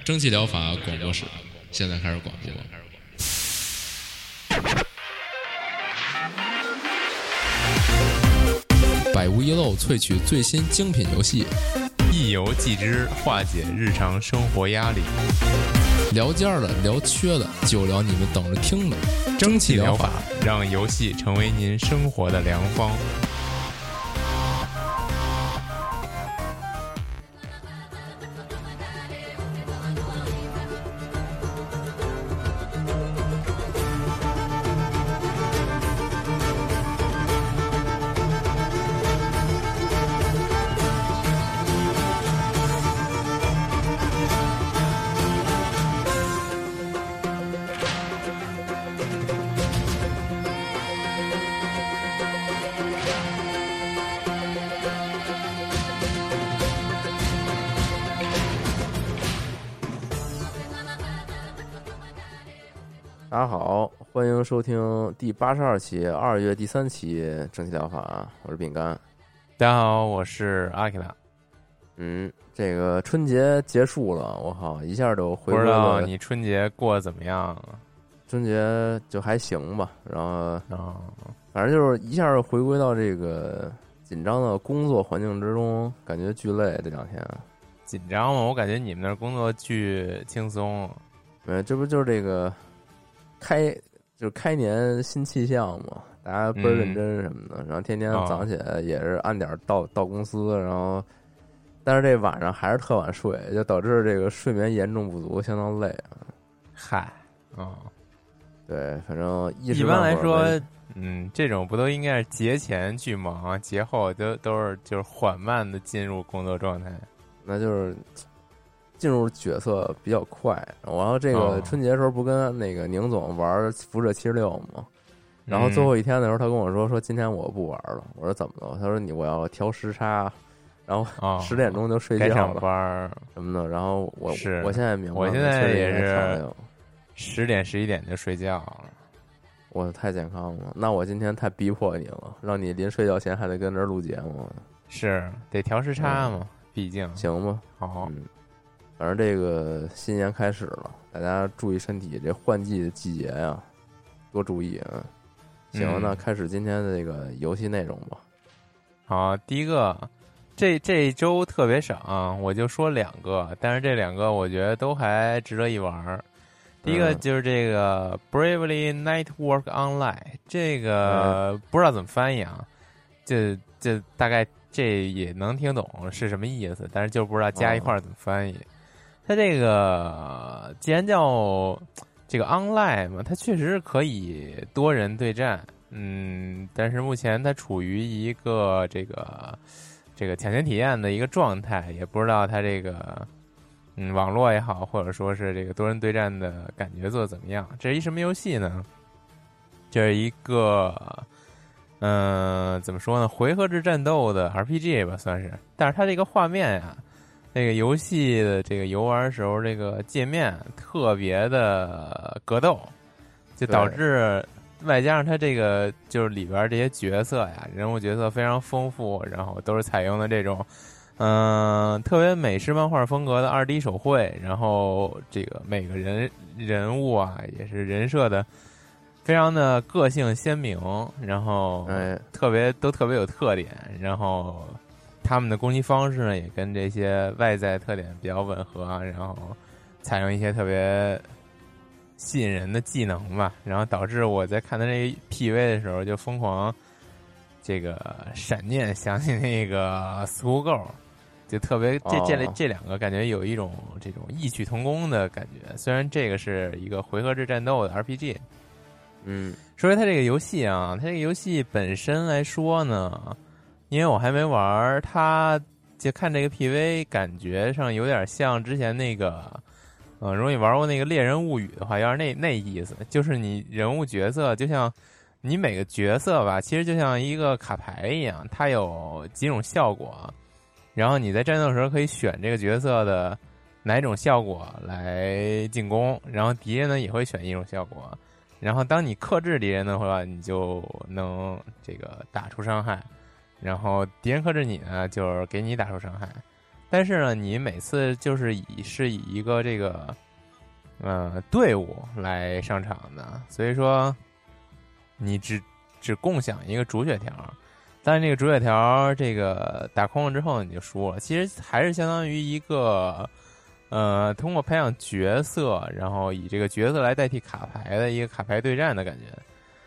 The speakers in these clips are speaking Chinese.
蒸汽疗法广播室现在开始广播。百无一漏萃取最新精品游戏， 一游即知，化解日常生活压力。 聊尖的，聊缺的，就聊你们等着听的。 蒸汽疗法让游戏成为您生活的良方。 大家好，欢迎收听第82期2月第3期蒸汽疗法，我是饼干。 大家好，我是阿基拉。 这个春节结束了，我靠，一下就回归了。 不知道你春节过得怎么样？ 春节就还行吧，然后反正就是一下回归到这个紧张的工作环境之中，感觉巨累。这两天紧张吗？我感觉你们那儿工作巨轻松。 这不就是这个开年新气象嘛，大家倍儿认真什么的，然后天天早上起来也是按点到公司，然后但是这晚上还是特晚睡，就导致这个睡眠严重不足，相当累啊。 嗨， 对，反正一般来说，这种不都应该是节前巨忙，节后都是就是缓慢的进入工作状态， 那就是进入角色比较快。然后这个春节的时候不跟那个宁总玩辐射76吗？然后最后一天的时候，他跟我说今天我不玩了。我说怎么了？他说我要调时差，然后10点钟就睡觉了， 该上班什么的。然后我现在明白， 我现在也是10点11点就睡觉了。 我太健康了，那我今天太逼迫你了，让你临睡觉前还得跟这儿录节目。 是得调时差嘛，毕竟行吗？ 好。 反正这个新年开始了，大家注意身体，这换季的季节呀，多注意啊！行，那开始今天的这个游戏内容吧。 好，第一个，这一周特别少，我就说2个，但是这2个我觉得都还值得一玩。第一个就是这个 Bravely Network Online， 这个不知道怎么翻译啊，就大概这也能听懂是什么意思，但是就不知道加一块怎么翻译。它这个既然叫这个 online 嘛，它确实可以多人对战，但是目前它处于一个这个抢先体验的一个状态，也不知道它这个网络也好，或者说是这个多人对战的感觉做得怎么样。这是一什么游戏呢？这是一个怎么说呢，回合制战斗的 RPG 吧算是，但是它这个画面呀，这个游戏的这个游玩的时候，这个界面特别的格斗，就导致外加上它这个就是里边这些角色呀，人物角色非常丰富，然后都是采用的这种特别美式漫画风格的2D 手绘，然后这个每个人物啊也是人设的非常的个性鲜明，然后特别有特点，然后他们的攻击方式呢，也跟这些外在特点比较吻合，然后采用一些特别吸引人的技能吧，然后导致我在看他这 PV 的时候就疯狂这个闪念想起那个 Schoolgirl， 就特别这2个感觉有一种这种异曲同工的感觉。虽然这个是一个回合制战斗的 RPG，说它这个游戏啊，它这个游戏本身来说呢，因为我还没玩，它就看这个 PV， 感觉上有点像之前那个，如果你玩过那个《猎人物语》的话，有点那意思，就是你人物角色就像你每个角色吧，其实就像一个卡牌一样，它有几种效果，然后你在战斗的时候可以选这个角色的哪种效果来进攻，然后敌人呢也会选一种效果，然后当你克制敌人的话，你就能这个打出伤害。然后敌人克制你呢，就是给你打出伤害。 但是呢，你每次就是以一个这个队伍来上场的，所以说你只共享一个主血条，但是这个主血条这个打空了之后你就输了。其实还是相当于一个通过培养角色，然后以这个角色来代替卡牌的一个卡牌对战的感觉。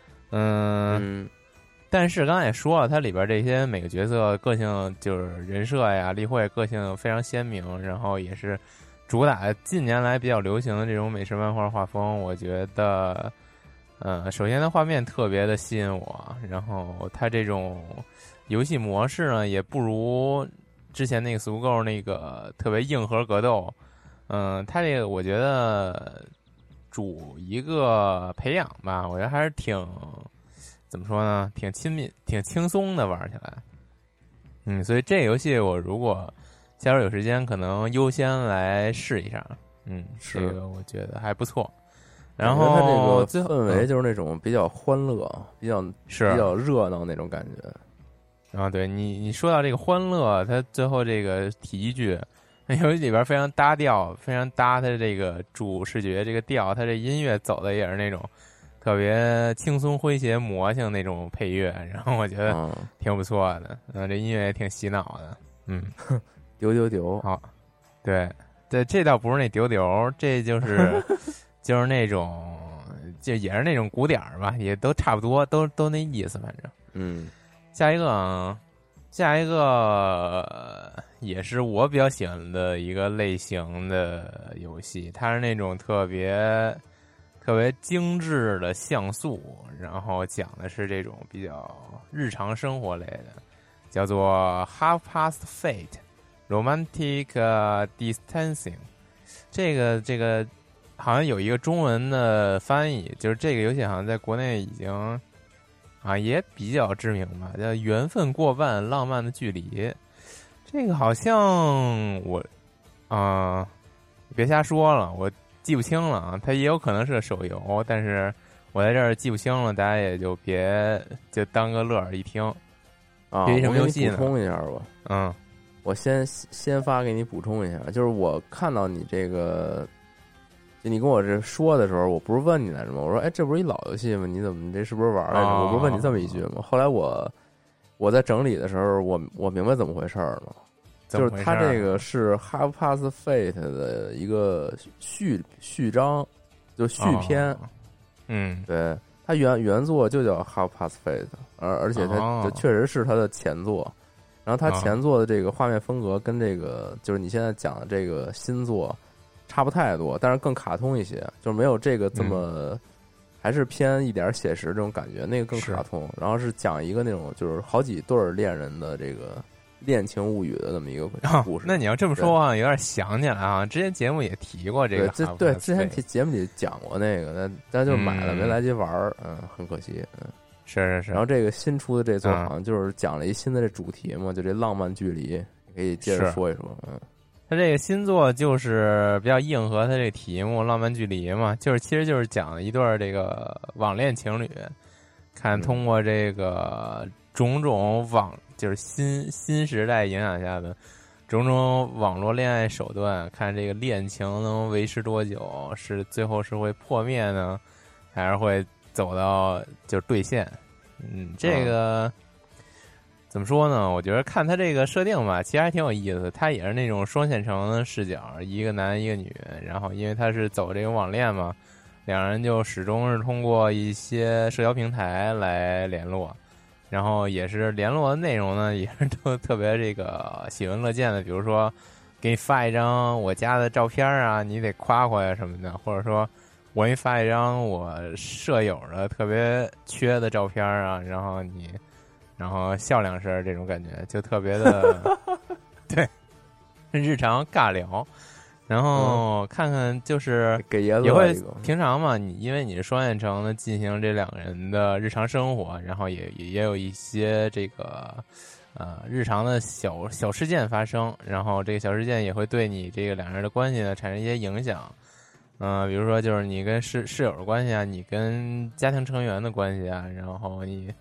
但是刚才也说了，它里边这些每个角色个性就是人设呀、立绘个性非常鲜明，然后也是主打近年来比较流行的这种美式漫画画风。我觉得，首先它画面特别的吸引我，然后它这种游戏模式呢，也不如之前那个 School 那个特别硬核格斗。它这个我觉得主一个培养吧，我觉得还是挺。怎么说呢？挺亲密、挺轻松的玩起来。所以这个游戏我如果下周有时间，可能优先来试一下。这个我觉得还不错。然后它这个氛围就是那种比较欢乐、比较热闹那种感觉。 然后对你说到这个欢乐，它最后这个体积剧，游戏里边非常搭调，非常搭它这个主视觉这个调，它这音乐走的也是那种。特别轻松诙谐魔性那种配乐，然后我觉得挺不错的。这音乐也挺洗脑的。 丢丢丢， 好，对，这倒不是那丢丢，这就是就是那种，就也是那种鼓点儿吧，也都差不多，都那意思，反正。下一个也是我比较喜欢的一个类型的游戏，它是那种特别精致的像素，然后讲的是这种比较日常生活类的，叫做 Half Past Fate Romantic Distancing。这个好像有一个中文的翻译，就是这个游戏好像在国内已经也比较知名吧，叫缘分过半，浪漫的距离。这个好像我别瞎说了，我记不清了啊，它也有可能是个手游，但是我在这儿记不清了，大家也就就当个乐儿一听。这什么游戏呢？ 补充一下吧。我先发给你补充一下，就是我看到你这个，就你跟我这说的时候，我不是问你来着吗？我说，这不是一老游戏吗？你怎么这是不是玩来着？我不是问你这么一句吗？后来我在整理的时候，我明白怎么回事了。就是它这个是 Half Past Fate 的一个序章，就续篇。对，它原作就叫 Half Past Fate， 而且它确实是它的前作。然后它前作的这个画面风格跟这个就是你现在讲的这个新作差不太多，但是更卡通一些，就是没有这个这么还是偏一点写实这种感觉，那个更卡通。然后是讲一个那种就是好几对恋人的这个恋情物语的这么一个故事。 那你要这么说啊，有点想起来啊，之前节目也提过这个。 对，之前节目里讲过那个，但就是买了没来及玩，很可惜。 是。 然后这个新出的这作好像就是讲了一新的这主题嘛，就这浪漫距离，你可以接着说一说。 它这个新作就是比较应和它这个题目浪漫距离嘛，其实就是讲一对这个网恋情侣，看通过这个种种就是新时代影响下的种种网络恋爱手段，看这个恋情能维持多久，是最后是会破灭呢，还是会走到就是兑现。这个怎么说呢？我觉得看他这个设定吧，其实还挺有意思。他也是那种双线程的视角，一个男一个女，然后因为他是走这个网恋嘛，两人就始终是通过一些社交平台来联络，然后也是联络的内容呢，也是都特别这个喜闻乐见的，比如说给你发一张我家的照片啊，你得夸夸呀什么的，或者说我给你发一张我舍友的特别缺的照片啊，然后笑两声，这种感觉就特别的对，日常尬聊，然后看看就是也会平常嘛，因为你是双线程的进行这两个人的日常生活，然后也有一些这个日常的小事件发生，然后这个小事件也会对你这个两人的关系呢产生一些影响。比如说就是你跟室友的关系啊，你跟家庭成员的关系啊，然后你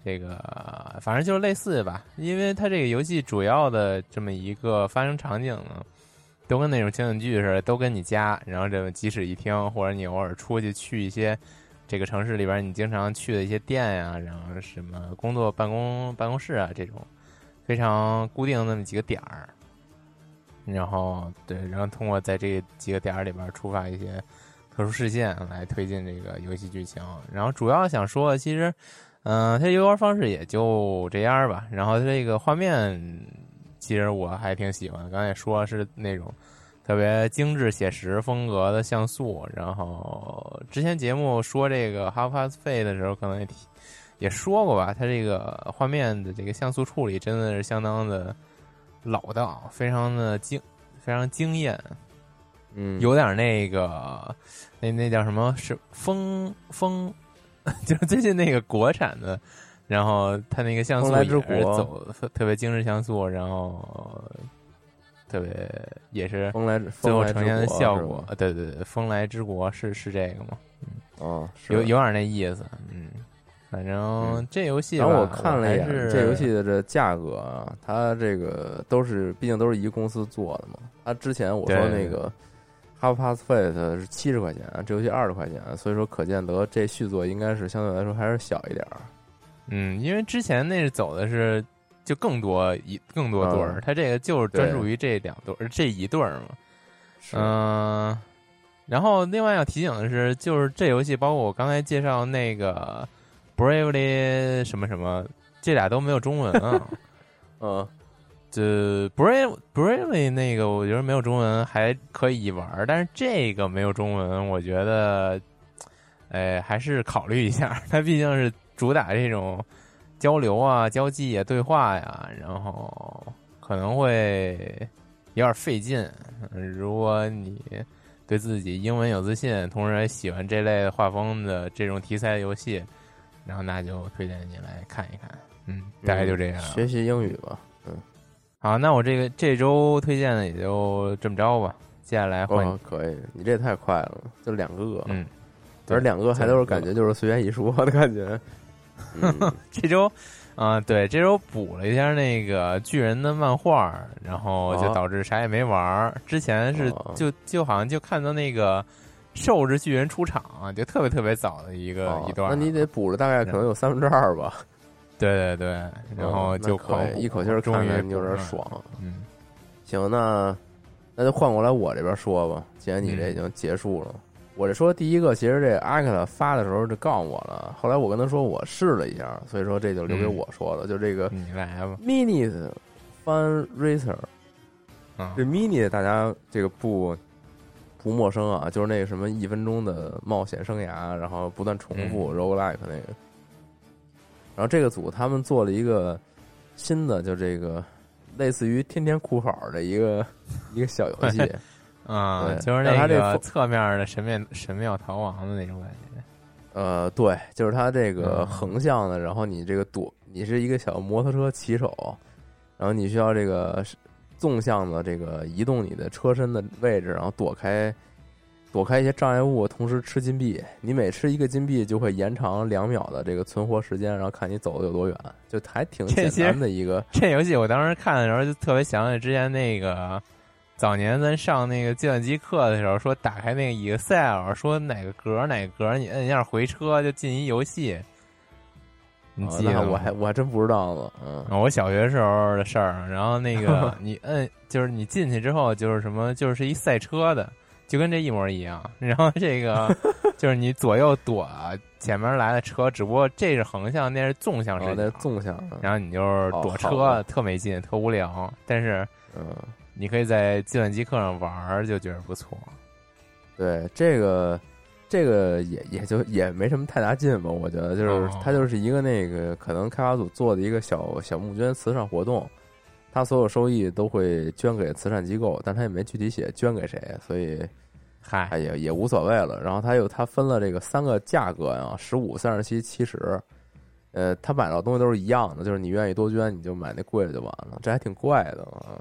这个反正就是类似吧，因为它这个游戏主要的这么一个发生场景呢，都跟那种情景剧似的，都跟你家，然后这个即使一听，或者你偶尔出去一些这个城市里边你经常去的一些店呀，然后什么工作办公室啊这种非常固定的那么几个点儿，然后对，然后通过在这几个点儿里边触发一些特殊事件来推进这个游戏剧情。然后主要想说的其实它游玩方式也就这样吧，然后它这个画面其实我还挺喜欢，刚才也说是那种特别精致写实风格的像素。然后之前节目说这个 Half-Life 的时候可能也说过吧，它这个画面的这个像素处理真的是相当的老道，非常惊艳。有点那个那叫什么是风就是最近那个国产的，然后它那个像素也是走特别精致像素，然后特别也是最后呈现的效果。对对对，风来之国是这个吗？有点那意思。反正这游戏吧， 然后我看了一眼这游戏的这价格啊，它这个毕竟都是一个公司做的嘛。它之前我说那个 Half-Life 是70块钱，这游戏20块钱，所以说可见得这续作应该是相对来说还是小一点。 因为之前那是走的是就更多对儿，它这个就是专注于这2对儿这一对儿嘛。然后另外要提醒的是，就是这游戏包括我刚才介绍那个 Bravely 什么什么，这俩都没有中文啊。这 Bravely 那个我觉得没有中文还可以玩，但是这个没有中文，我觉得还是考虑一下，它毕竟是主打这种交流啊、交际啊、对话呀，然后可能会有点费劲。如果你对自己英文有自信，同时也喜欢这类画风的这种题材的游戏，然后那就推荐你来看一看。大概就这样。 学习英语吧。 好，那我这周推荐的也就这么着吧。接下来换可以，你这太快了，就2个。而2个还都是感觉就是随便一说的感觉。 这周对，这周补了一下那个巨人的漫画，然后就导致啥也没玩。之前是就好像就看到那个兽之巨人出场，就特别特别早的一段。 那你得补了大概可能有2/3吧。 对，然后就一口气看看有点爽。行，那就换过来我这边说吧。既然你这已经结束了，我这说第一个，其实这阿克拉发的时候就告诉我了，后来我跟他说我试了一下，所以说这就留给我说了。就这个你来吧 Mini Fun Racer，这 Mini 大家这个不陌生啊，就是那个什么1分钟的冒险生涯，然后不断重复 roguelike 那个。然后这个组他们做了一个新的，就这个类似于天天酷跑的一个小游戏。 就是那个侧面的神庙逃亡的那种感觉。对，就是它这个横向的，然后你这个你是一个小摩托车骑手，然后你需要这个纵向的这个移动你的车身的位置，然后躲开一些障碍物，同时吃金币。你每吃一个金币就会延长2秒的这个存活时间，然后看你走的有多远，就还挺简单的一个。 这游戏我当时看的时候就特别想起之前那个早年咱上那个计算机课的时候，说打开那个 Excel， 说哪个格你摁一下回车就进一游戏。你记得吗？我还真不知道呢。 我小学时候的事儿。然后那个你摁，就是你进去之后就是什么，就是一赛车的。就跟这一模一样，然后这个就是你左右躲前面来的车，只不过这是横向，那是纵向视角， 那纵向， 然后你就是躲车，特没劲，特无聊。但是，你可以在计算机课上玩，就觉得不错。 对，这个也没什么太大劲吧，我觉得就是它就是一个那个可能开发组做的一个小募捐慈善活动。他所有收益都会捐给慈善机构，但他也没具体写捐给谁，所以也无所谓了。然后他分了这个3个价格呀，15、37、70。他买到东西都是一样的，就是你愿意多捐，你就买那贵的就完了，这还挺怪的啊。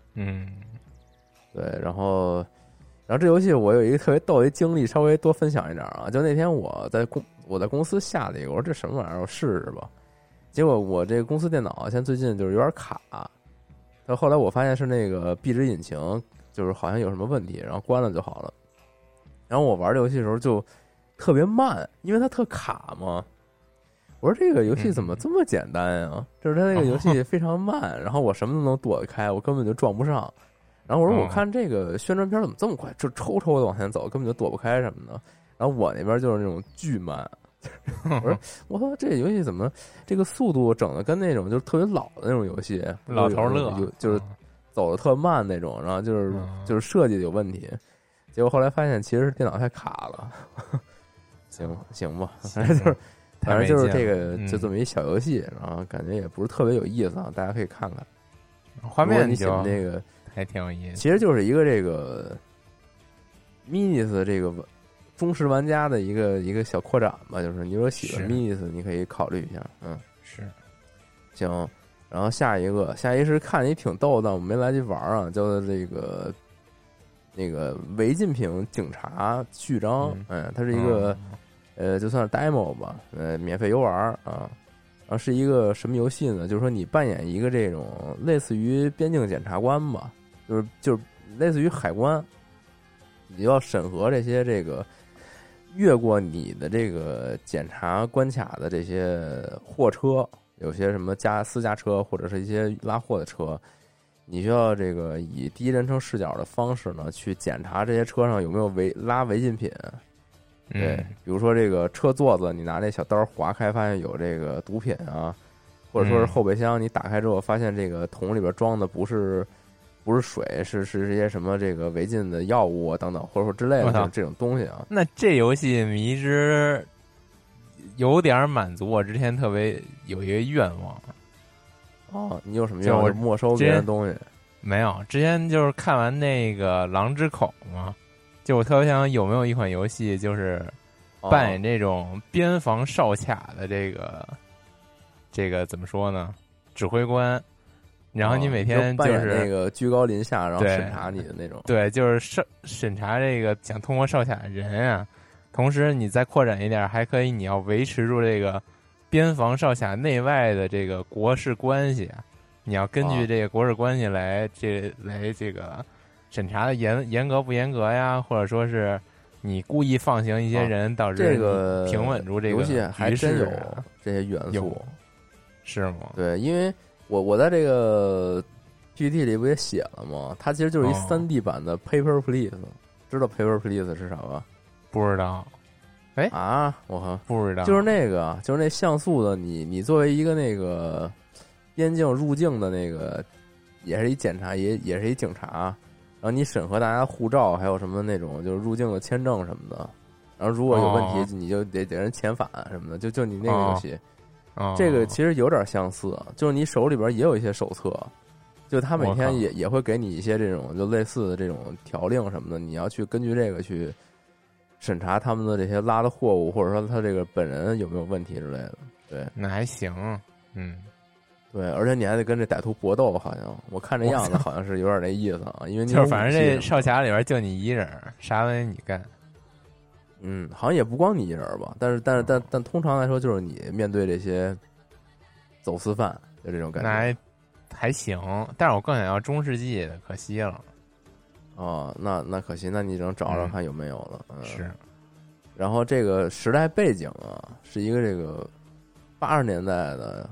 对，然后这游戏我有一个特别逗的经历，稍微多分享一点啊。就那天我在公司下的一个，我说这什么玩意儿，我试试吧。 结果我这个公司电脑现在最近就是有点卡，但后来我发现是那个壁纸引擎就是好像有什么问题，然后关了就好了。然后我玩这游戏的时候就特别慢，因为它特卡嘛。我说这个游戏怎么这么简单啊？就是它那个游戏非常慢，然后我什么都能躲得开，我根本就撞不上。然后我说我看这个宣传片怎么这么快，就抽的往前走，根本就躲不开什么的。然后我那边就是那种巨慢。我说这游戏怎么这个速度整的跟那种就是特别老的那种游戏， 老头乐， 就是走的特慢那种，然后就是设计的有问题。结果后来发现其实是电脑太卡了。行吧，反正就是这个就这么一小游戏，然后感觉也不是特别有意思啊，大家可以看看。 画面你喜欢这个还挺有意思， 其实就是一个这个 Minis 这个忠实玩家的一个小扩展吧，就是你如果喜欢 Minis， 你可以考虑一下。 是行。然后下一个是看你挺逗的，我没来及玩啊，叫做这个那个违禁品警察序章，它是一个。就算是 demo 吧，免费游玩啊。然后是一个什么游戏呢？就是说你扮演一个这种类似于边境检察官吧，就是类似于海关，你要审核这些这个越过你的这个检查关卡的这些货车，有些什么私家车或者是一些拉货的车，你需要这个以第一人称视角的方式呢，去检查这些车上有没有拉违禁品。对，比如说这个车座子，你拿那小刀划开，发现有这个毒品啊，或者说是后备箱，你打开之后发现这个桶里边装的不是水，是一些什么这个违禁的药物啊等等，或者说之类的这种东西啊。 那这游戏迷之有点满足我之前特别有一个愿望。 哦，你有什么愿望？没收别人的东西？ 没有，之前就是看完那个《狼之口》嘛。就我特别想有没有一款游戏，就是扮演这种边防哨卡的这个怎么说呢？指挥官，然后你每天就是那个居高临下，然后审查你的那种。 对，就是审查这个想通过哨卡的人啊。同时，你再扩展一点，还可以你要维持住这个边防哨卡内外的这个国事关系啊。你要根据这个国事关系来这个。审查的严格不严格呀？或者说是你故意放行一些人，导致这个平稳住这个游戏还真有这些元素， 是吗？ 对，因为我在这个 PPT 里不也写了吗？它其实就是一3D 版的 Paper Please，知道 Paper Please 是啥吧？ 不知道。哎啊，我靠， 不知道， 就是那像素的，你作为一个那个边境入境的那个，也是一检查，也是一警察。然后你审核大家护照，还有什么那种就是入境的签证什么的，然后如果有问题，你就得给人遣返什么的，就你那个游戏，这个其实有点相似，就是你手里边也有一些手册，就他每天也会给你一些这种就类似的这种条令什么的，你要去根据这个去审查他们的这些拉的货物，或者说他这个本人有没有问题之类的。对， 那还行， 对，而且你还得跟这歹徒搏斗，好像我看这样子好像是有点那意思啊，因为就是反正这哨卡里边就你一人，啥问题你干。 好像也不光你一人吧，但通常来说就是你面对这些走私犯就这种感觉。 那还行，但是我更想要中世纪的，可惜了。 哦，那可惜，那你只能找找看有没有了。 是。 然后这个时代背景啊，是一个这个80年代的。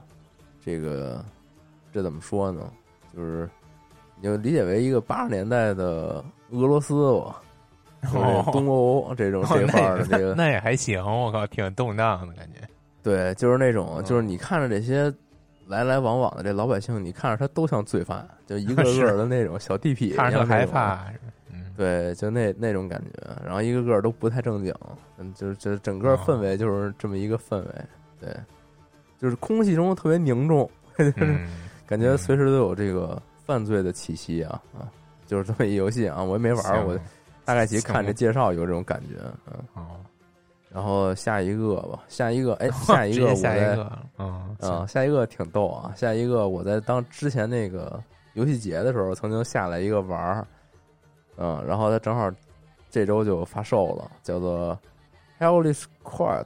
这怎么说呢？就是你就理解为一个80年代的俄罗斯吧，就是东欧这种这块的这个， 那也还行。我靠，挺动荡的感觉。 对，就是那种，就是你看着这些来来往往的这老百姓，你看着他都像罪犯，就一个个的那种小地痞， 看着害怕。 对，就那种感觉，然后一个个都不太正经，就是整个氛围就是这么一个氛围，对。就是空气中特别凝重，感觉随时都有这个犯罪的气息啊！就是这么一游戏啊，我也没玩，我大概其实看这介绍有这种感觉，然后下一个吧，下一个下一个下一个挺逗啊！下一个我在之前那个游戏节的时候曾经下来一个玩，然后它正好这周就发售了，叫做 Hellish Court。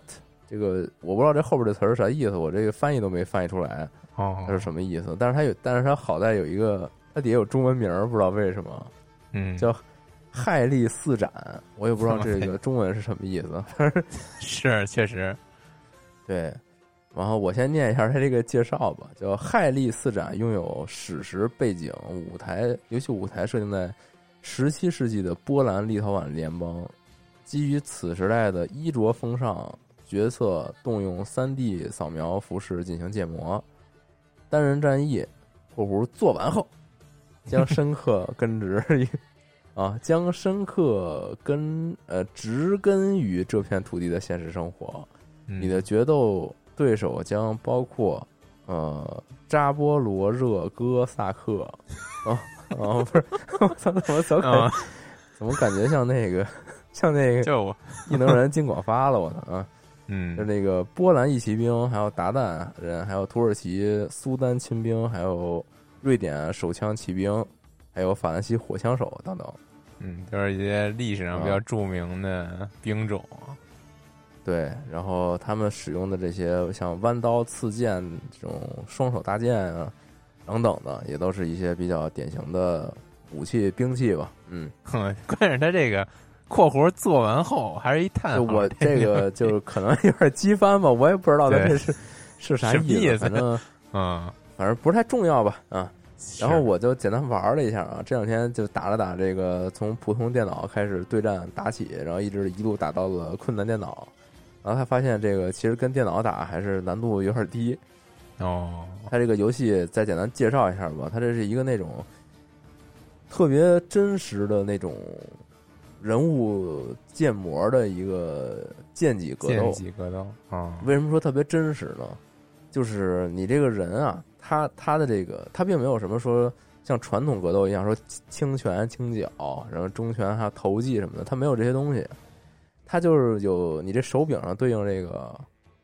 这个我不知道这后边这词儿啥意思，我这个翻译都没翻译出来， 它是什么意思？但是它好在有一个，它底下有中文名，不知道为什么，叫亥历四展，我也不知道这个中文是什么意思， 是确实， 对。然后我先念一下它这个介绍吧，叫亥历四展拥有史实背景，游戏舞台设定在17世纪的波兰立陶宛联邦，基于此时代的衣着风尚，角色动用 3D 扫描服饰进行建模，单人战役（括弧做完后）将深刻根植将深刻植根于这片土地的现实生活。你的决斗对手将包括扎波罗热哥萨克不是，我操，怎么感觉像那个就异能人金广发了我呢啊！就那个波兰义骑兵，还有鞑靼人，还有土耳其苏丹亲兵，还有瑞典手枪骑兵，还有法兰西火枪手等等。 就是一些历史上比较著名的兵种。 对，然后他们使用的这些像弯刀、刺剑这种双手大剑啊等等的，也都是一些比较典型的武器兵器吧。 关键是他这个括弧做完后还是一叹号， 我这个就是可能有点机翻吧，我也不知道他这是啥意思，反正不是太重要吧啊。然后我就简单玩了一下啊，这2天就打了打这个从普通电脑开始对战打起，然后一路打到了困难电脑。然后他发现这个其实跟电脑打还是难度有点低。他这个游戏再简单介绍一下吧，他这是一个那种特别真实的那种人物建模的一个剑戟格斗。为什么说特别真实呢？就是你这个人啊，他的这个他并没有什么说像传统格斗一样说轻拳轻脚，然后中拳还有投技什么的，他没有这些东西。它就是有你这手柄上对应这个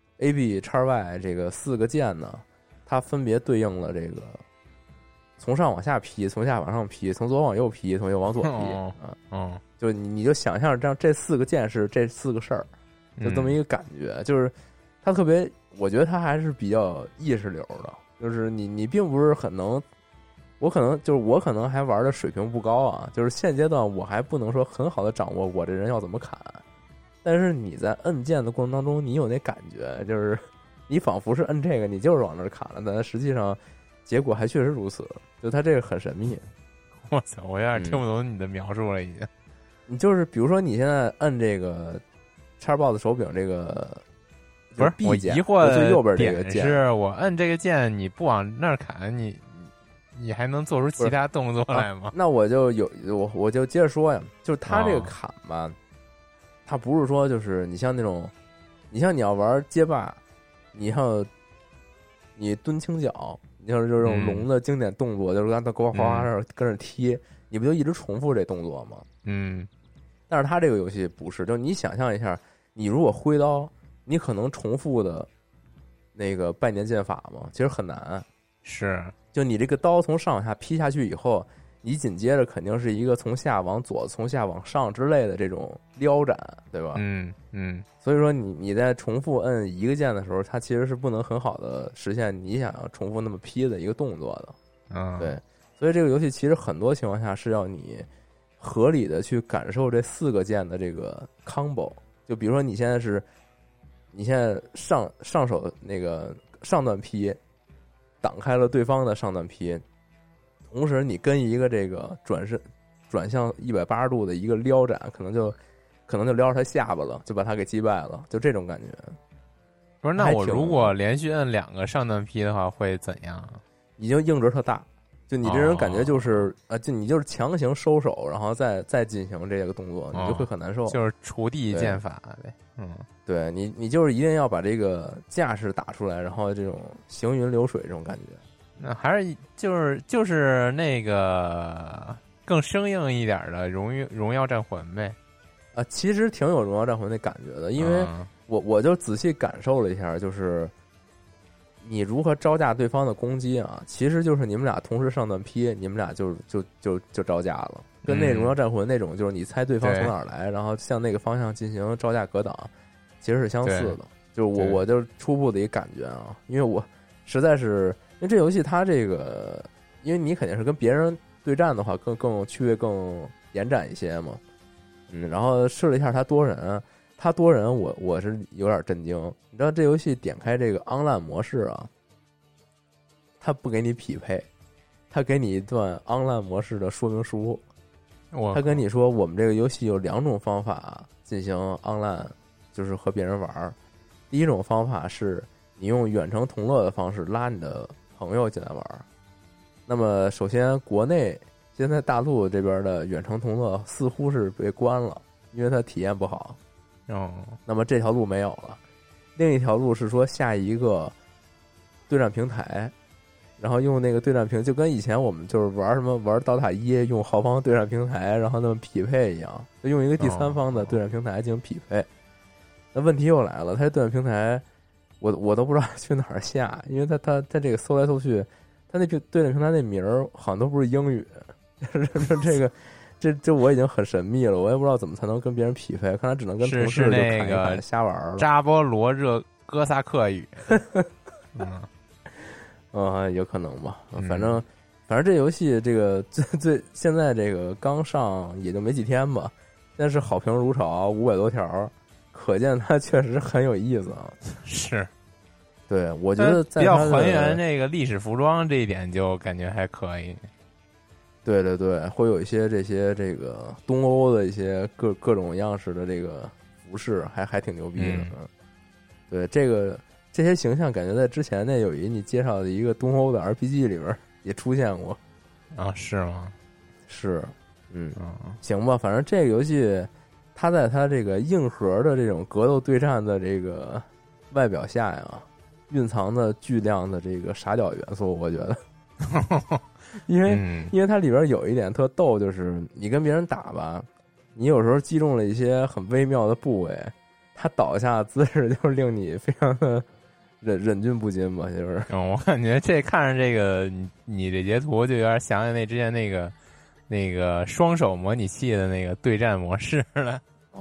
A、B、X、Y 这个4个键呢，它分别对应了这个从上往下劈，从下往上劈，从左往右劈，从右往左劈。就你就想象这4个键是这4个事儿，就这么一个感觉。就是它特别，我觉得它还是比较意识流的，就是你并不是很能。我可能还玩的水平不高啊，就是现阶段我还不能说很好的掌握我这人要怎么砍。但是你在摁键的过程当中，你有那感觉，就是你仿佛是摁这个，你就是往那儿砍了，但实际上结果还确实如此。就它这个很神秘。 我操，我有点听不懂你的描述了已经。 你就是比如说你现在摁这个Xbox 手柄这个不是 B 键， 我疑惑的最右边这个键是我摁这个键，你不往那儿砍，你还能做出其他动作来吗？ 那我就接着说呀，就是它这个砍吧。它不是说就是你像你要玩街霸，你蹲轻脚，你就是这种龙的经典动作，就是让它呱呱跟着踢，你不就一直重复这动作吗？但是它这个游戏不是，就你想象一下，你如果挥刀，你可能重复的那个拜年剑法吗？其实很难。 是， 就你这个刀从上往下劈下去以后。你紧接着肯定是一个从下往左、从下往上之类的这种撩斩，对吧？所以说你在重复摁一个键的时候，它其实是不能很好的实现你想要重复那么劈的一个动作的。对，所以这个游戏其实很多情况下是要你合理的去感受这4个键的这个 combo。就比如说你现在上手那个上段劈，挡开了对方的上段劈。同时，你跟一个这个转向180度的一个撩斩，可能就撩着他下巴了，就把他给击败了，就这种感觉。 不是，那我如果连续摁2个上段劈的话，会怎样？ 已经硬值特大，就你这人感觉就是就你就是强行收手，然后再进行这个动作，你就会很难受。 就是锄地剑法呗。 对你就是一定要把这个架势打出来，然后这种行云流水这种感觉。 那还是就是那个更生硬一点的荣耀战魂呗。 其实挺有荣耀战魂那感觉的，因为我就仔细感受了一下，就是你如何招架对方的攻击啊，其实就是你们俩同时上段劈，你们俩就招架了，跟那荣耀战魂那种就是你猜对方从哪儿来，然后向那个方向进行招架格挡，其实是相似的。 就是我就是初步的一个感觉啊，因为我实在是因为这游戏它这个，因为你肯定是跟别人对战的话，更区别更延展一些嘛。然后试了一下它多人，我是有点震惊。你知道这游戏点开这个 online 模式啊，它不给你匹配，它给你一段 online 模式的说明书。他跟你说，我们这个游戏有2种方法进行 online， 就是和别人玩。第一种方法是你用远程同乐的方式拉你的朋友进来玩。那么首先国内现在大陆这边的远程同乐似乎是被关了，因为它体验不好。那么这条路没有了。另一条路是说下一个对战平台，然后用那个对战平，就跟以前我们就是玩什么玩DOTA1用豪方对战平台，然后那么匹配一样，就用一个第三方的对战平台进行匹配。那问题又来了，它对战平台我都不知道去哪儿下，因为它这个搜来搜去，它那对战平台那名儿好像都不是英语，这我已经很神秘了，我也不知道怎么才能跟别人匹配，看来只能跟同事就砍一砍瞎玩了。 扎波罗热哥萨克语。 有可能吧，反正这游戏这个最现在这个刚上也就没几天吧，但是好评如潮，500多条，可见它确实很有意思啊。 是， 对，我觉得在比较还原这个历史服装这一点就感觉还可以。 对对对，会有一些这个东欧的一些各种样式的这个服饰，还挺牛逼的。对这些形象感觉在之前那有你介绍的一个东欧的 RPG 里边也出现过啊？是吗？ 是，行吧，反正这个游戏它在它这个硬核的这种格斗对战的这个外表下呀，蕴藏的巨量的这个傻屌元素，我觉得，因为它里边有一点特逗，就是你跟别人打吧，你有时候击中了一些很微妙的部位，它倒下姿势就令你非常的忍俊不禁吧，就是。 我感觉这看着这个你这截图就有点想起那之前那个双手模拟器的那个对战模式了。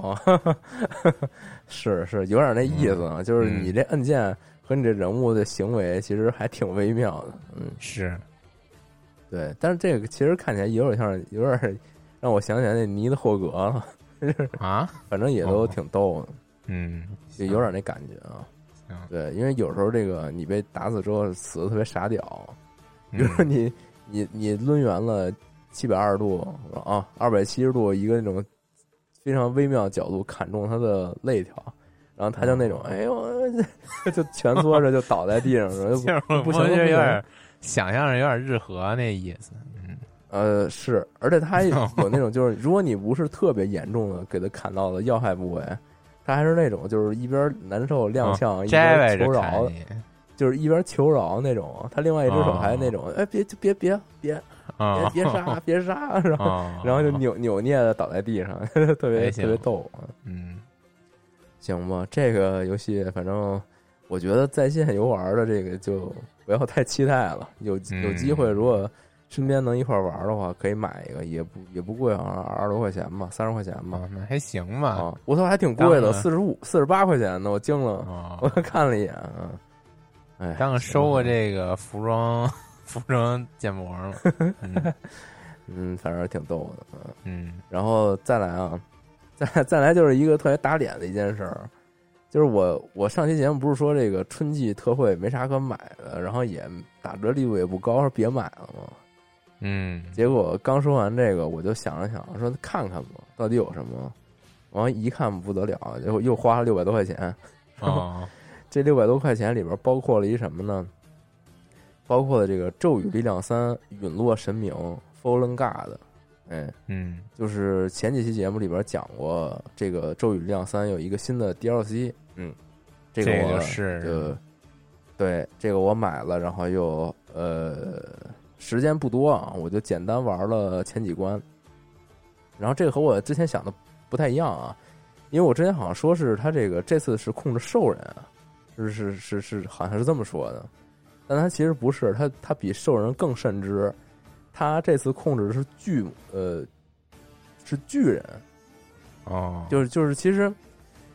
是有点那意思啊，就是你这按键和你这人物的行为其实还挺微妙的。 是，对， 但是这个其实看起来有点让我想起来那尼的霍格了啊， 反正也都挺逗的。就有点那感觉啊。对，因为有时候这个你被打死之后死的特别傻屌，比如说你抡圆了720度啊，270度一个那种非常微妙的角度砍中他的肋条，然后他就那种哎呦就蜷缩着就倒在地上，不行， 有点想象着有点日和那意思。 是，而且他有那种就是如果你不是特别严重的给他砍到了要害部位。他还是那种，就是一边难受踉跄，一边求饶，就是一边求饶那种。他另外一只手还那种，哎，别杀，然后就扭捏的倒在地上，特别逗。行吧，这个游戏反正我觉得在线游玩的这个就不要太期待了。有机会，如果身边能一块玩的话，可以买一个，也不贵，好像20多块钱吧，30块钱吧， 那还行吧。 我操，还挺贵的，48块钱呢，我惊了，我看了一眼， 当收过这个服装建模了， 反正挺逗的，然后再来啊，再来就是一个特别打脸的一件事儿，就是我上期节目不是说这个春季特惠没啥可买的，然后也打折力度也不高，说别买了吗？结果刚说完这个，我就想了想，说看看吧，到底有什么？完一看不得了，又花了600多块钱。这600多块钱里边包括了一什么呢？包括了这个《咒语力量3：陨落神明》Fallen God。就是前几期节目里边讲过，这个《咒语力量3》有一个新的 DLC。这个我是对这个我买了，然后又时间不多啊，我就简单玩了前几关。然后这个和我之前想的不太一样啊，因为我之前好像说是他这次是控制兽人啊，是好像是这么说的，但他其实不是，他比兽人更甚之，他这次控制的是巨人。就是其实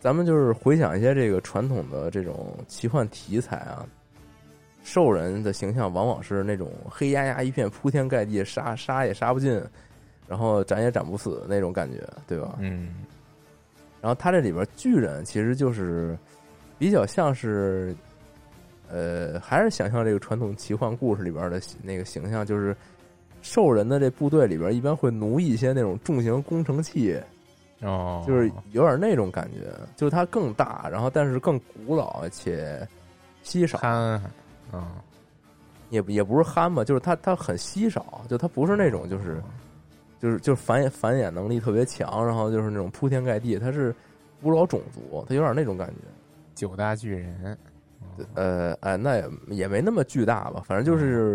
咱们就是回想一些这个传统的这种奇幻题材啊，兽人的形象往往是那种黑压压一片，铺天盖地，杀也杀不尽，然后斩也斩不死那种感觉，对吧？ 嗯。 然后他这里边巨人其实就是比较像是，还是想象这个传统奇幻故事里边的那个形象，就是兽人的这部队里边一般会奴役一些那种重型工程器。 哦， 就是有点那种感觉，就是它更大，然后但是更古老且稀少。 憨， 也不是憨嘛，就是它很稀少，就它不是那种就是繁衍能力特别强，然后就是那种铺天盖地，它是古老种族，它有点那种感觉。 9大巨人， 那也没那么巨大吧，反正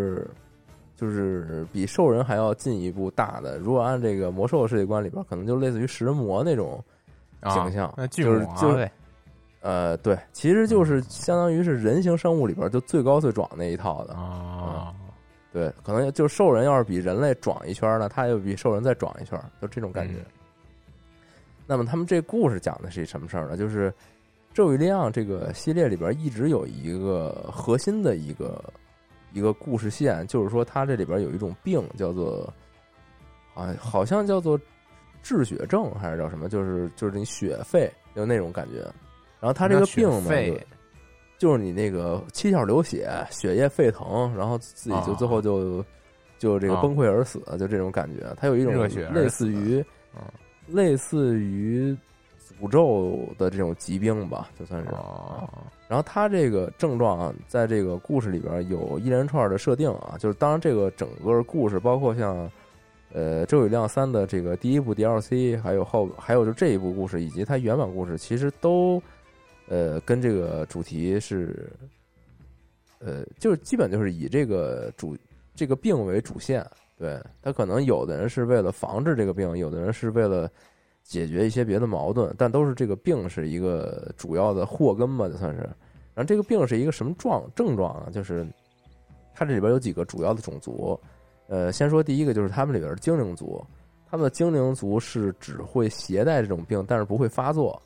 就是比兽人还要进一步大的。如果按这个魔兽世界观里边，可能就类似于食人魔那种形象， 那巨魔就是对，其实就是相当于是人形生物里边就最高最壮那一套的啊。 对，可能就兽人要是比人类壮一圈呢，他就比兽人再壮一圈，就这种感觉。那么他们这故事讲的是什么事儿呢？就是《咒与力量》这个系列里边一直有一个核心的一个故事线，就是说它这里边有一种病叫做好像叫做治血症还是叫什么，就是你血废就那种感觉。然后它这个病呢，就是你那个七窍流血，血液沸腾，然后自己就最后就这个崩溃而死，就这种感觉。它有一种类似于诅咒的这种疾病吧，就算是。然后他这个症状在这个故事里边有一连串的设定啊，就是当然这个整个故事包括像《咒与力量3》的这个第一部 DLC， 还有就这一部故事以及它原版故事，其实都跟这个主题是就是基本就是以这个病为主线。对，他可能有的人是为了防治这个病，有的人是为了解决一些别的矛盾，但都是这个病是一个主要的祸根吧，就算是。然后这个病是一个什么症状啊？就是它这里边有几个主要的种族。先说第一个，就是他们里边的精灵族，他们的精灵族是只会携带这种病，但是不会发作。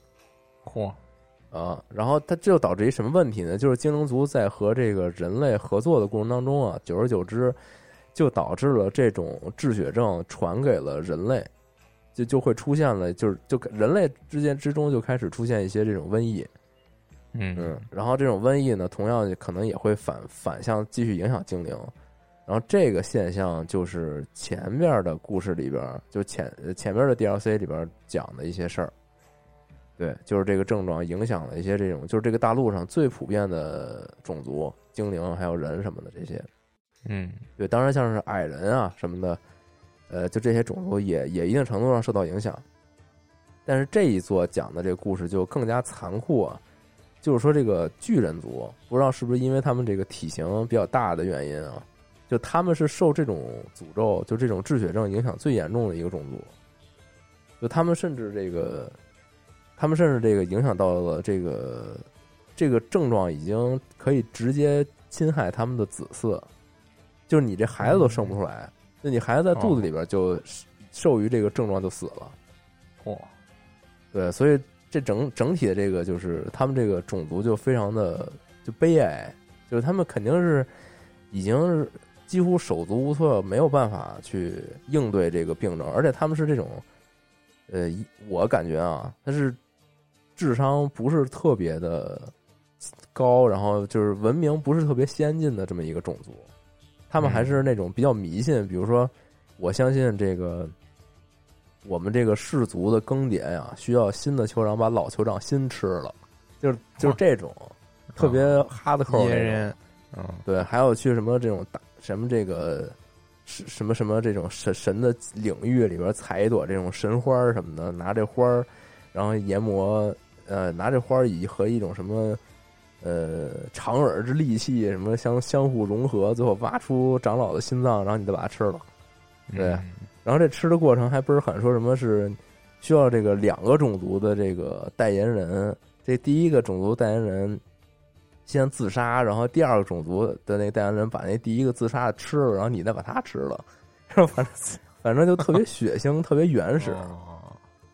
然后它这就导致一什么问题呢？就是精灵族在和这个人类合作的过程当中啊，久而久之，就导致了这种治血症传给了人类。就会出现了，就人类之中就开始出现一些这种瘟疫，然后这种瘟疫呢，同样可能也会反向继续影响精灵，然后这个现象就是前面的故事里边，就前面的 DLC 里边讲的一些事儿，对，就是这个症状影响了一些这种，就是这个大陆上最普遍的种族，精灵还有人什么的这些，对，当然像是矮人啊什么的。就这些种族也一定程度上受到影响，但是这一座讲的这个故事就更加残酷啊！就是说这个巨人族，不知道是不是因为他们这个体型比较大的原因啊，就他们是受这种诅咒，就这种治血症影响最严重的一个种族，就他们甚至这个影响到了这个症状已经可以直接侵害他们的子嗣，就是你这孩子都生不出来。那你孩子在肚子里边就受于这个症状就死了，对，所以这整体的这个就是他们这个种族就非常的就悲哀，就是他们肯定是已经是几乎手足无措，没有办法去应对这个病症，而且他们是这种，我感觉啊，他是智商不是特别的高，然后就是文明不是特别先进的这么一个种族。他们还是那种比较迷信，比如说，我相信这个我们这个氏族的更迭呀，需要新的酋长把老酋长新吃了，就是这种特别哈的扣人，对，还有去什么这种什么这个什么这种神的领域里边采一朵这种神花什么的，拿这花然后研磨拿这花和一种什么。长耳之利器，什么相互融合，最后挖出长老的心脏，然后你再把它吃了。对，然后这吃的过程还不是很说什么是需要这个2个种族的这个代言人，这第一个种族代言人先自杀，然后第2个种族的那个代言人把那第一个自杀的吃了，然后你再把它吃了，然后反正就特别血腥，特别原始。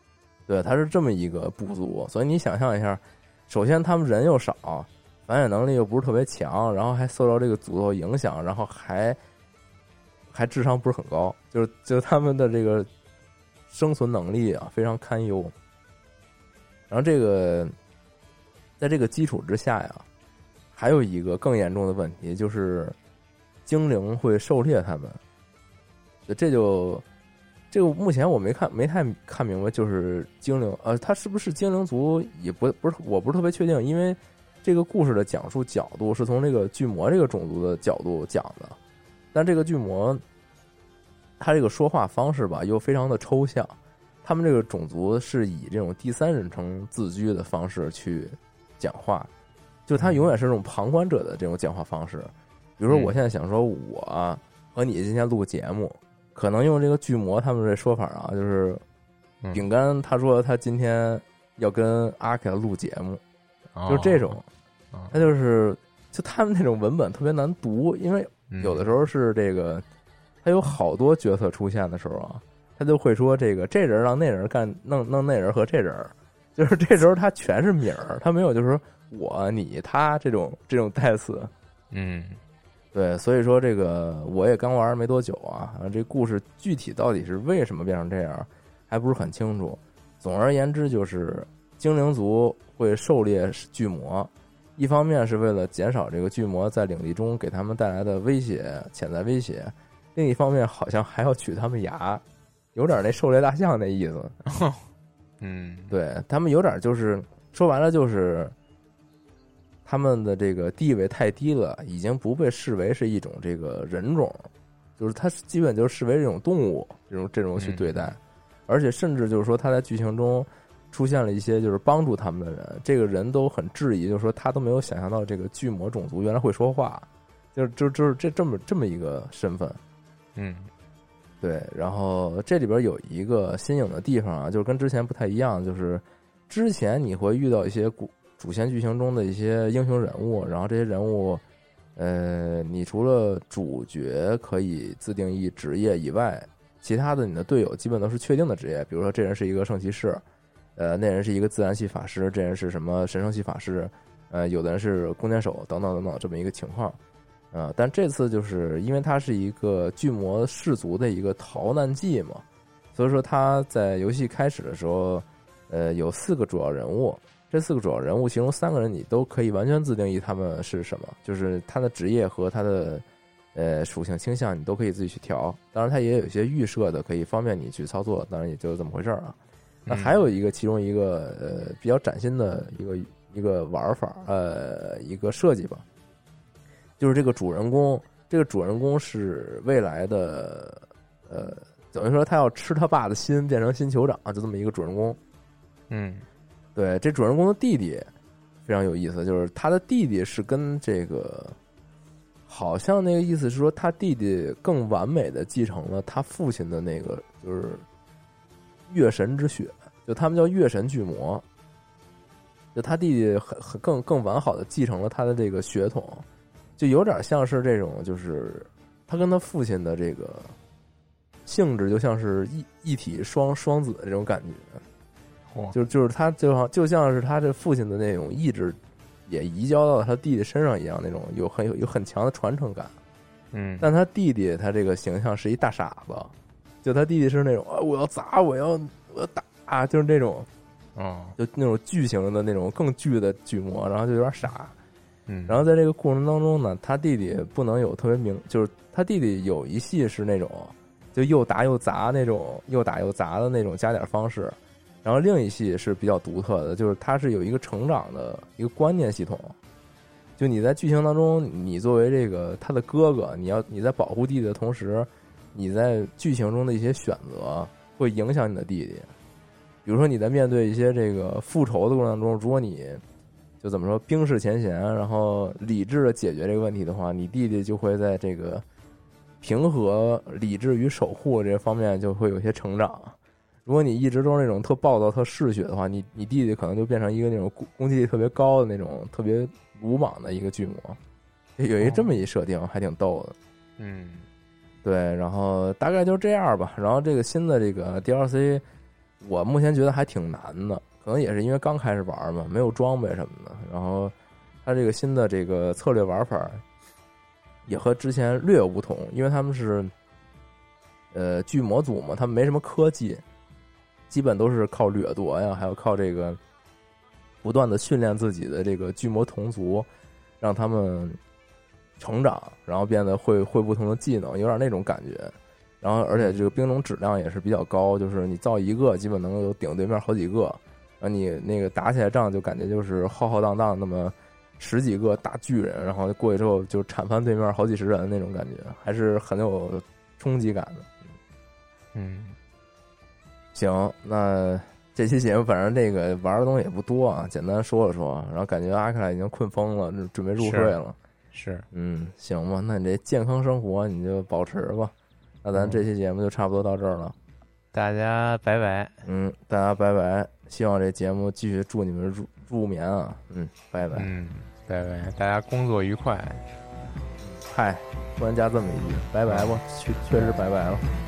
对，他是这么一个部族，所以你想象一下，首先他们人又少，繁衍能力又不是特别强，然后还受到这个诅咒影响，然后还智商不是很高，就是他们的这个生存能力啊非常堪忧。然后这个在这个基础之下呀，还有一个更严重的问题，就是精灵会狩猎他们。这个目前我没太看明白，就是精灵他是不是精灵族也不是我不是特别确定，因为这个故事的讲述角度是从这个巨魔这个种族的角度讲的，但这个巨魔他这个说话方式吧又非常的抽象，他们这个种族是以这种第三人称自居的方式去讲话，就他永远是这种旁观者的这种讲话方式。比如说我现在想说我和你今天录节目，可能用这个巨魔他们这说法啊，就是饼干他说他今天要跟阿凯录节目，就是这种，他就他们那种文本特别难读，因为有的时候是这个他有好多角色出现的时候啊，他就会说这人让那人干，弄那人和这人，就是这时候他全是名儿，他没有就是说我你他这种代词。对，所以说这个我也刚玩没多久啊，这故事具体到底是为什么变成这样，还不是很清楚。总而言之，就是精灵族会狩猎巨魔，一方面是为了减少这个巨魔在领地中给他们带来的威胁、潜在威胁，另一方面好像还要取他们牙，有点那狩猎大象那意思。对，他们有点就是说白了就是他们的这个地位太低了，已经不被视为是一种这个人种，就是他基本就视为这种动物，这种去对待，而且甚至就是说他在剧情中出现了一些就是帮助他们的人，这个人都很质疑，就是说他都没有想象到这个巨魔种族原来会说话，就是这么一个身份。对，然后这里边有一个新颖的地方啊，就是跟之前不太一样，就是之前你会遇到一些主线剧情中的一些英雄人物，然后这些人物，你除了主角可以自定义职业以外，其他的你的队友基本都是确定的职业，比如说这人是一个圣骑士，那人是一个自然系法师，这人是什么神圣系法师，有的人是弓箭手等等等等这么一个情况。但这次就是因为它是一个巨魔氏族的一个逃难记嘛，所以说他在游戏开始的时候，有4个主要人物。这4个主要人物，其中3个人你都可以完全自定义他们是什么，就是他的职业和他的属性倾向，你都可以自己去调。当然，他也有一些预设的，可以方便你去操作。当然，也就这么回事啊。那还有其中一个比较崭新的一个玩法，一个设计吧，就是这个主人公。这个主人公是未来的等于说他要吃他爸的心，变成新酋长，就这么一个主人公。对，这主人公的弟弟非常有意思，就是他的弟弟是跟这个，好像那个意思是说，他弟弟更完美的继承了他父亲的那个，就是月神之血，就他们叫月神巨魔，就他弟弟更完好的继承了他的这个血统，就有点像是这种，就是他跟他父亲的这个性质就像是一体双子的这种感觉。就是他就像是他这父亲的那种意志也移交到他弟弟身上一样，那种有很强的传承感。但他弟弟他这个形象是一大傻子，就他弟弟是那种我要砸，我要打，就是那种就那种巨型的那种更巨的巨魔，然后就有点傻。然后在这个过程当中呢，他弟弟不能有特别就是他弟弟有一系是那种就又打又砸那种，又打又砸的那种加点方式。然后另一系是比较独特的，就是它是有一个成长的一个观念系统，就你在剧情当中，你作为这个他的哥哥，你在保护弟弟的同时，你在剧情中的一些选择会影响你的弟弟。比如说你在面对一些这个复仇的过程中，如果你就怎么说冰释前嫌，然后理智的解决这个问题的话，你弟弟就会在这个平和、理智与守护这方面就会有些成长。如果你一直都是那种特暴躁、特嗜血的话，你弟弟可能就变成一个那种攻击力特别高的那种特别鲁莽的一个巨魔，有这么一设定，还挺逗的。对，然后大概就这样吧。然后这个新的这个 DLC， 我目前觉得还挺难的，可能也是因为刚开始玩嘛，没有装备什么的。然后它这个新的这个策略玩法也和之前略有不同，因为他们是巨魔族嘛，他们没什么科技，基本都是靠掠夺呀，还有靠这个不断的训练自己的这个巨魔同族，让他们成长，然后变得会不同的技能，有点那种感觉。然后而且这个兵种质量也是比较高，就是你造一个基本能有顶对面好几个，然后你那个打起来仗就感觉就是浩浩荡荡那么10几个大巨人，然后过去之后就铲翻对面好几十人那种感觉，还是很有冲击感的。行，那这期节目反正这个玩的东西也不多啊，简单说了说，然后感觉阿克莱已经困疯了，准备入睡了。 是， 行吧，那你这健康生活你就保持吧。那咱这期节目就差不多到这儿了， 大家拜拜。 大家拜拜，希望这节目继续祝你们入眠啊。拜拜。 拜拜，大家工作愉快。 嗨，突然加这么一句，拜拜吧，确实拜拜了。